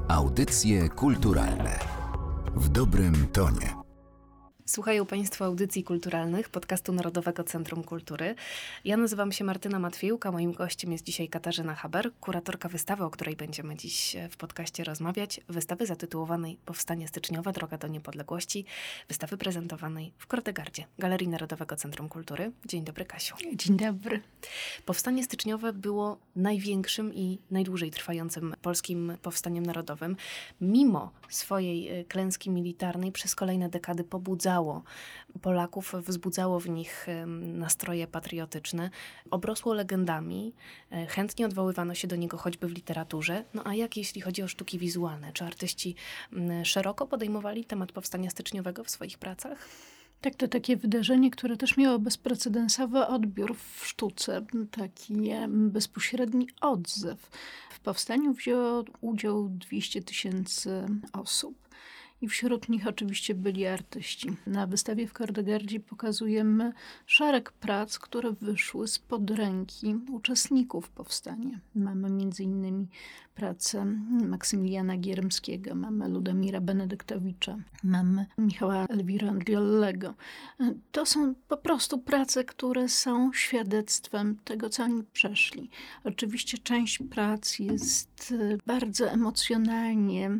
Audycje kulturalne w dobrym tonie. Słuchają Państwo audycji kulturalnych podcastu Narodowego Centrum Kultury. Ja nazywam się Martyna Matwiejuka, moim gościem jest dzisiaj Katarzyna Haber, kuratorka wystawy, o której będziemy dziś w podcaście rozmawiać. Wystawy zatytułowanej Powstanie styczniowe, droga do niepodległości. Wystawy prezentowanej w Kordegardzie, Galerii Narodowego Centrum Kultury. Dzień dobry, Kasiu. Dzień dobry. Powstanie styczniowe było największym i najdłużej trwającym polskim powstaniem narodowym. Mimo swojej klęski militarnej przez kolejne dekady pobudzało Polaków, wzbudzało w nich nastroje patriotyczne, obrosło legendami, chętnie odwoływano się do niego choćby w literaturze. No a jak jeśli chodzi o sztuki wizualne? Czy artyści szeroko podejmowali temat powstania styczniowego w swoich pracach? Tak, to takie wydarzenie, które też miało bezprecedensowy odbiór w sztuce, taki bezpośredni odzew. W powstaniu wzięło udział 200 000 osób. I wśród nich oczywiście byli artyści. Na wystawie w Kordegardzie pokazujemy szereg prac, które wyszły spod ręki uczestników powstania. Mamy m.in. pracę Maksymiliana Gierymskiego, mamy Ludomira Benedyktowicza, mamy Michała Elwira Andriollego. To są po prostu prace, które są świadectwem tego, co oni przeszli. Oczywiście część prac jest bardzo emocjonalnie,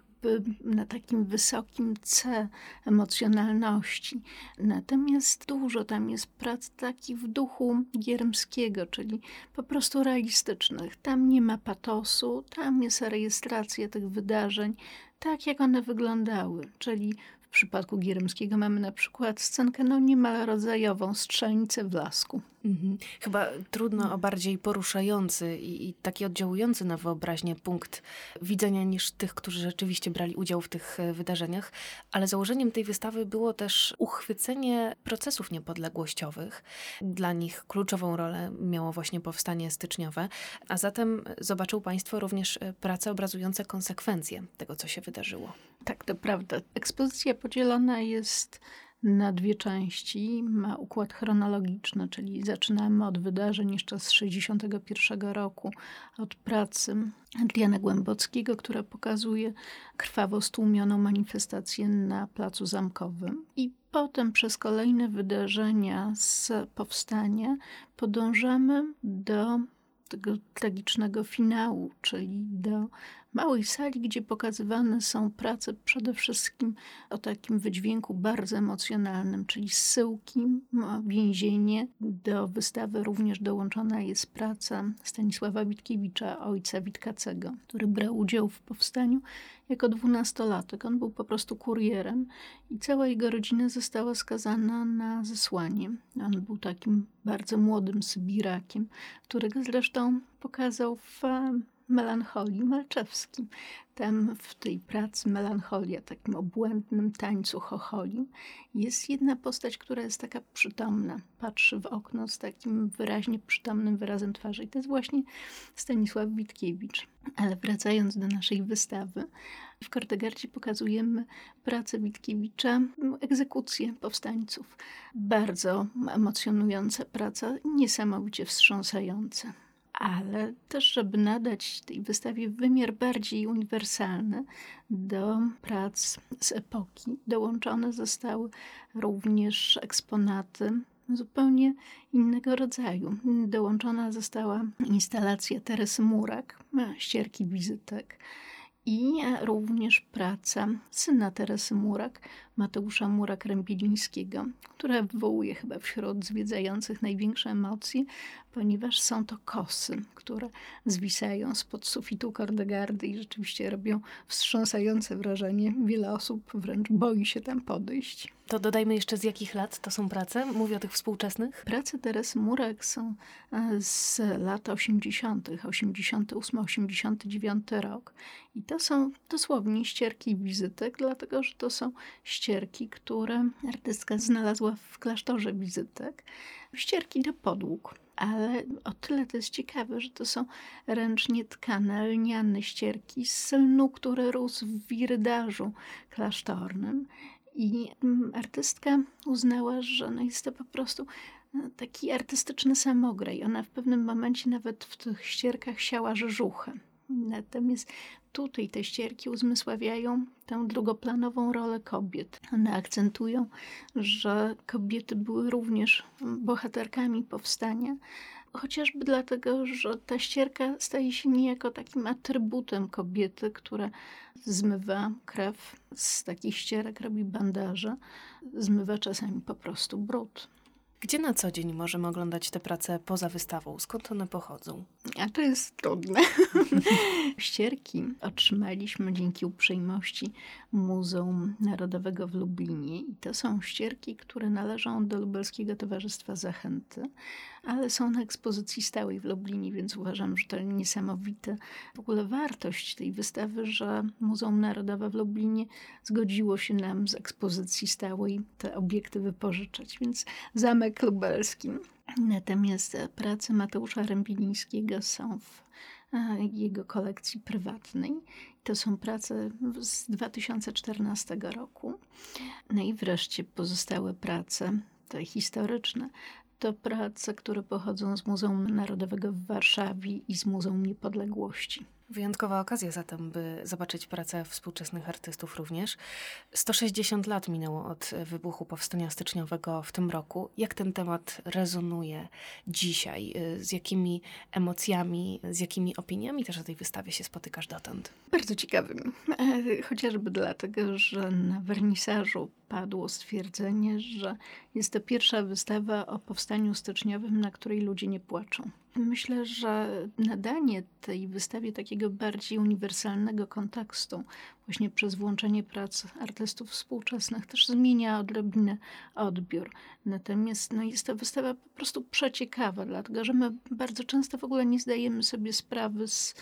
na takim wysokim C emocjonalności. Natomiast dużo tam jest prac takich w duchu Gierymskiego, czyli po prostu realistycznych. Tam nie ma patosu, tam jest rejestracja tych wydarzeń tak, jak one wyglądały. Czyli w przypadku Gierymskiego mamy na przykład scenkę niemal rodzajową, strzelnicę w lasku. Chyba trudno o bardziej poruszający i taki oddziałujący na wyobraźnię punkt widzenia niż tych, którzy rzeczywiście brali udział w tych wydarzeniach. Ale założeniem tej wystawy było też uchwycenie procesów niepodległościowych. Dla nich kluczową rolę miało właśnie powstanie styczniowe. A zatem zobaczą Państwo również prace obrazujące konsekwencje tego, co się wydarzyło. Tak, to prawda. Ekspozycja podzielona jest na dwie części. Ma układ chronologiczny, czyli zaczynamy od wydarzeń jeszcze z 1961 roku, od pracy Adriana Głębockiego, która pokazuje krwawo stłumioną manifestację na Placu Zamkowym. I potem przez kolejne wydarzenia z powstania podążamy do tego tragicznego finału, czyli do małej sali, gdzie pokazywane są prace przede wszystkim o takim wydźwięku bardzo emocjonalnym, czyli zsyłki, więzienie. Do wystawy również dołączona jest praca Stanisława Witkiewicza, ojca Witkacego, który brał udział w powstaniu jako 12-latek. On był po prostu kurierem i cała jego rodzina została skazana na zesłanie. On był takim bardzo młodym Sybirakiem, którego zresztą pokazał w Melancholii Malczewskim. Tam w tej pracy Melancholia, takim obłędnym tańcu chocholim, jest jedna postać, która jest taka przytomna. Patrzy w okno z takim wyraźnie przytomnym wyrazem twarzy. I to jest właśnie Stanisław Witkiewicz. Ale wracając do naszej wystawy, w Kordegardzie pokazujemy pracę Witkiewicza, egzekucję powstańców. Bardzo emocjonująca praca, niesamowicie wstrząsająca. Ale też, żeby nadać tej wystawie wymiar bardziej uniwersalny do prac z epoki, dołączone zostały również eksponaty zupełnie innego rodzaju. Dołączona została instalacja Teresy Murak, ścierki wizytek, i również praca syna Teresy Murak, Mateusza Murak-Rębilińskiego, która wywołuje chyba wśród zwiedzających największe emocje, ponieważ są to kosy, które zwisają spod sufitu Kordegardy i rzeczywiście robią wstrząsające wrażenie. Wiele osób wręcz boi się tam podejść. To dodajmy jeszcze, z jakich lat to są prace? Mówię o tych współczesnych. Prace Teresy Murak są z lat 80., 88-89 rok. I to są dosłownie ścierki wizytek, dlatego że to są ścierki, które artystka znalazła w klasztorze wizytek. Ścierki do podłóg. Ale o tyle to jest ciekawe, że to są ręcznie tkane, lniane ścierki z lnu, który rósł w wirydarzu klasztornym. I artystka uznała, że jest to po prostu taki artystyczny samograj. Ona w pewnym momencie nawet w tych ścierkach siała rzeżuchę. Natomiast tutaj te ścierki uzmysławiają tę drugoplanową rolę kobiet. One akcentują, że kobiety były również bohaterkami powstania, chociażby dlatego, że ta ścierka staje się niejako takim atrybutem kobiety, która zmywa krew z takich ścierek, robi bandaże, zmywa czasami po prostu brud. Gdzie na co dzień możemy oglądać te prace poza wystawą? Skąd one pochodzą? A to jest trudne. Ścierki otrzymaliśmy dzięki uprzejmości Muzeum Narodowego w Lublinie. I to są ścierki, które należą do Lubelskiego Towarzystwa Zachęty, ale są na ekspozycji stałej w Lublinie, więc uważam, że to niesamowita w ogóle wartość tej wystawy, że Muzeum Narodowe w Lublinie zgodziło się nam z ekspozycji stałej te obiekty wypożyczać, więc zamek lubelski. Natomiast prace Mateusza Rębilińskiego są w jego kolekcji prywatnej. To są prace z 2014 roku. No i wreszcie pozostałe prace, te historyczne, to prace, które pochodzą z Muzeum Narodowego w Warszawie i z Muzeum Niepodległości. Wyjątkowa okazja zatem, by zobaczyć pracę współczesnych artystów również. 160 lat minęło od wybuchu Powstania Styczniowego w tym roku. Jak ten temat rezonuje dzisiaj? Z jakimi emocjami, z jakimi opiniami też o tej wystawie się spotykasz dotąd? Bardzo ciekawym. Chociażby dlatego, że na wernisażu padło stwierdzenie, że jest to pierwsza wystawa o Powstaniu Styczniowym, na której ludzie nie płaczą. Myślę, że nadanie tej wystawie takiego bardziej uniwersalnego kontekstu, właśnie przez włączenie prac artystów współczesnych, też zmienia odrobinę odbiór. Natomiast jest to wystawa po prostu przeciekawa, dlatego że my bardzo często w ogóle nie zdajemy sobie sprawy z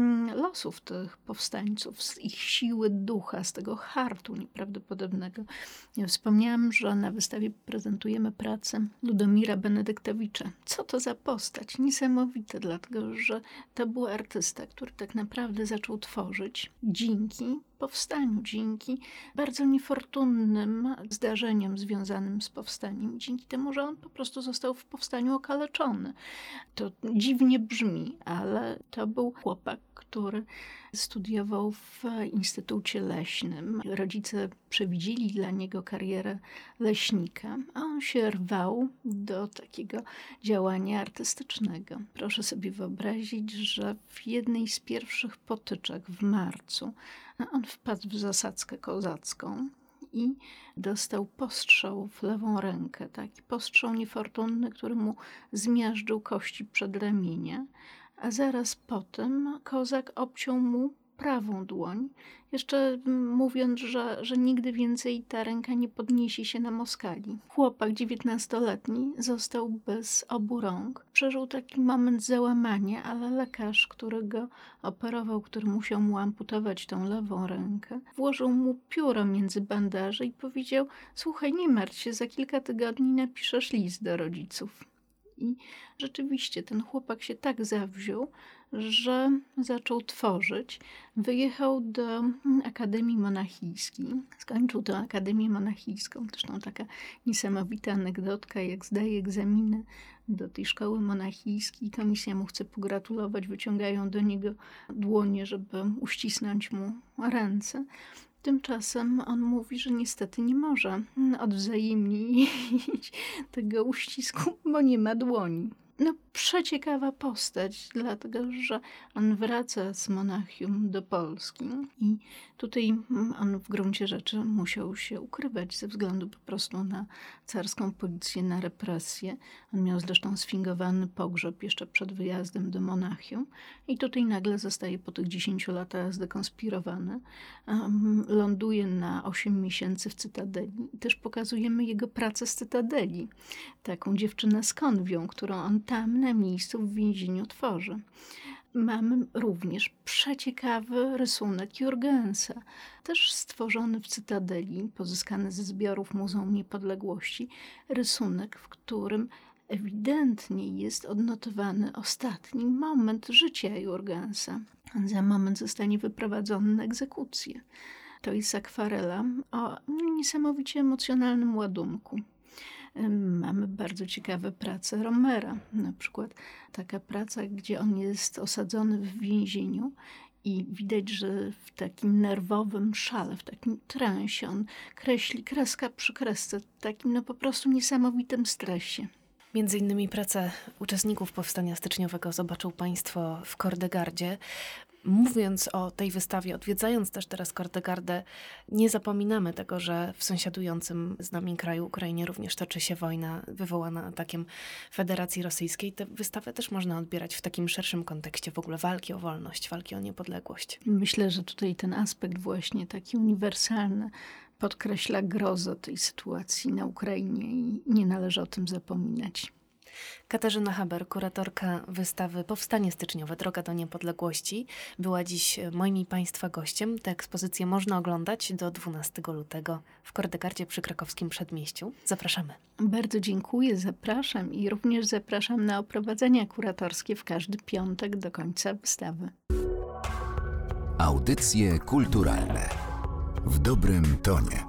losów tych powstańców, z ich siły ducha, z tego hartu nieprawdopodobnego. Ja wspomniałam, że na wystawie prezentujemy pracę Ludomira Benedyktowicza. Co to za postać? Niesamowite, dlatego że to był artysta, który tak naprawdę zaczął tworzyć dzięki powstaniu, dzięki bardzo niefortunnym zdarzeniom związanym z powstaniem, dzięki temu, że on po prostu został w powstaniu okaleczony. To dziwnie brzmi, ale to był chłopak, który studiował w Instytucie Leśnym. Rodzice przewidzieli dla niego karierę leśnika, a on się rwał do takiego działania artystycznego. Proszę sobie wyobrazić, że w jednej z pierwszych potyczek w marcu on wpadł w zasadzkę kozacką i dostał postrzał w lewą rękę. Taki postrzał niefortunny, który mu zmiażdżył kości przedramienia, a zaraz potem kozak obciął mu prawą dłoń, jeszcze mówiąc, że nigdy więcej ta ręka nie podniesie się na Moskali. Chłopak 19-letni został bez obu rąk. Przeżył taki moment załamania, ale lekarz, który go operował, który musiał mu amputować tą lewą rękę, włożył mu pióro między bandaże i powiedział: słuchaj, nie martw się, za kilka tygodni napiszesz list do rodziców. I rzeczywiście ten chłopak się tak zawziął, że zaczął tworzyć. Wyjechał do Akademii Monachijskiej. Skończył tę Akademię Monachijską. Zresztą taka niesamowita anegdotka, jak zdaje egzaminy do tej szkoły monachijskiej. Komisja mu chce pogratulować, wyciągają do niego dłonie, żeby uścisnąć mu ręce. Tymczasem on mówi, że niestety nie może odwzajemnić tego uścisku, bo nie ma dłoni. Przeciekawa postać, dlatego że on wraca z Monachium do Polski i tutaj on w gruncie rzeczy musiał się ukrywać ze względu po prostu na carską policję, na represję. On miał zresztą sfingowany pogrzeb jeszcze przed wyjazdem do Monachium i tutaj nagle zostaje po tych 10 latach zdekonspirowany. Ląduje na 8 miesięcy w Cytadeli i też pokazujemy jego pracę z Cytadeli. Taką dziewczynę z konwią, którą on tam na miejscu w więzieniu tworzy. Mamy również przeciekawy rysunek Jurgensa, też stworzony w Cytadeli, pozyskany ze zbiorów Muzeum Niepodległości. Rysunek, w którym ewidentnie jest odnotowany ostatni moment życia Jurgensa. Za moment zostanie wyprowadzony na egzekucję. To jest akwarela o niesamowicie emocjonalnym ładunku. Mamy bardzo ciekawe prace Romera. Na przykład taka praca, gdzie on jest osadzony w więzieniu i widać, że w takim nerwowym szale, w takim transie on kreśli kreska przy kresce, w takim po prostu niesamowitym stresie. Między innymi pracę uczestników Powstania Styczniowego zobaczył Państwo w Kordegardzie. Mówiąc o tej wystawie, odwiedzając też teraz Kordegardę, nie zapominamy tego, że w sąsiadującym z nami kraju, Ukrainie, również toczy się wojna wywołana atakiem Federacji Rosyjskiej. Tę wystawę też można odbierać w takim szerszym kontekście w ogóle walki o wolność, walki o niepodległość. Myślę, że tutaj ten aspekt właśnie taki uniwersalny podkreśla grozę tej sytuacji na Ukrainie i nie należy o tym zapominać. Katarzyna Haber, kuratorka wystawy Powstanie Styczniowe, Droga do Niepodległości, była dziś moim i Państwa gościem. Tę ekspozycję można oglądać do 12 lutego w Kordegardzie przy krakowskim Przedmieściu. Zapraszamy. Bardzo dziękuję, zapraszam i również zapraszam na oprowadzenia kuratorskie w każdy piątek do końca wystawy. Audycje kulturalne w dobrym tonie.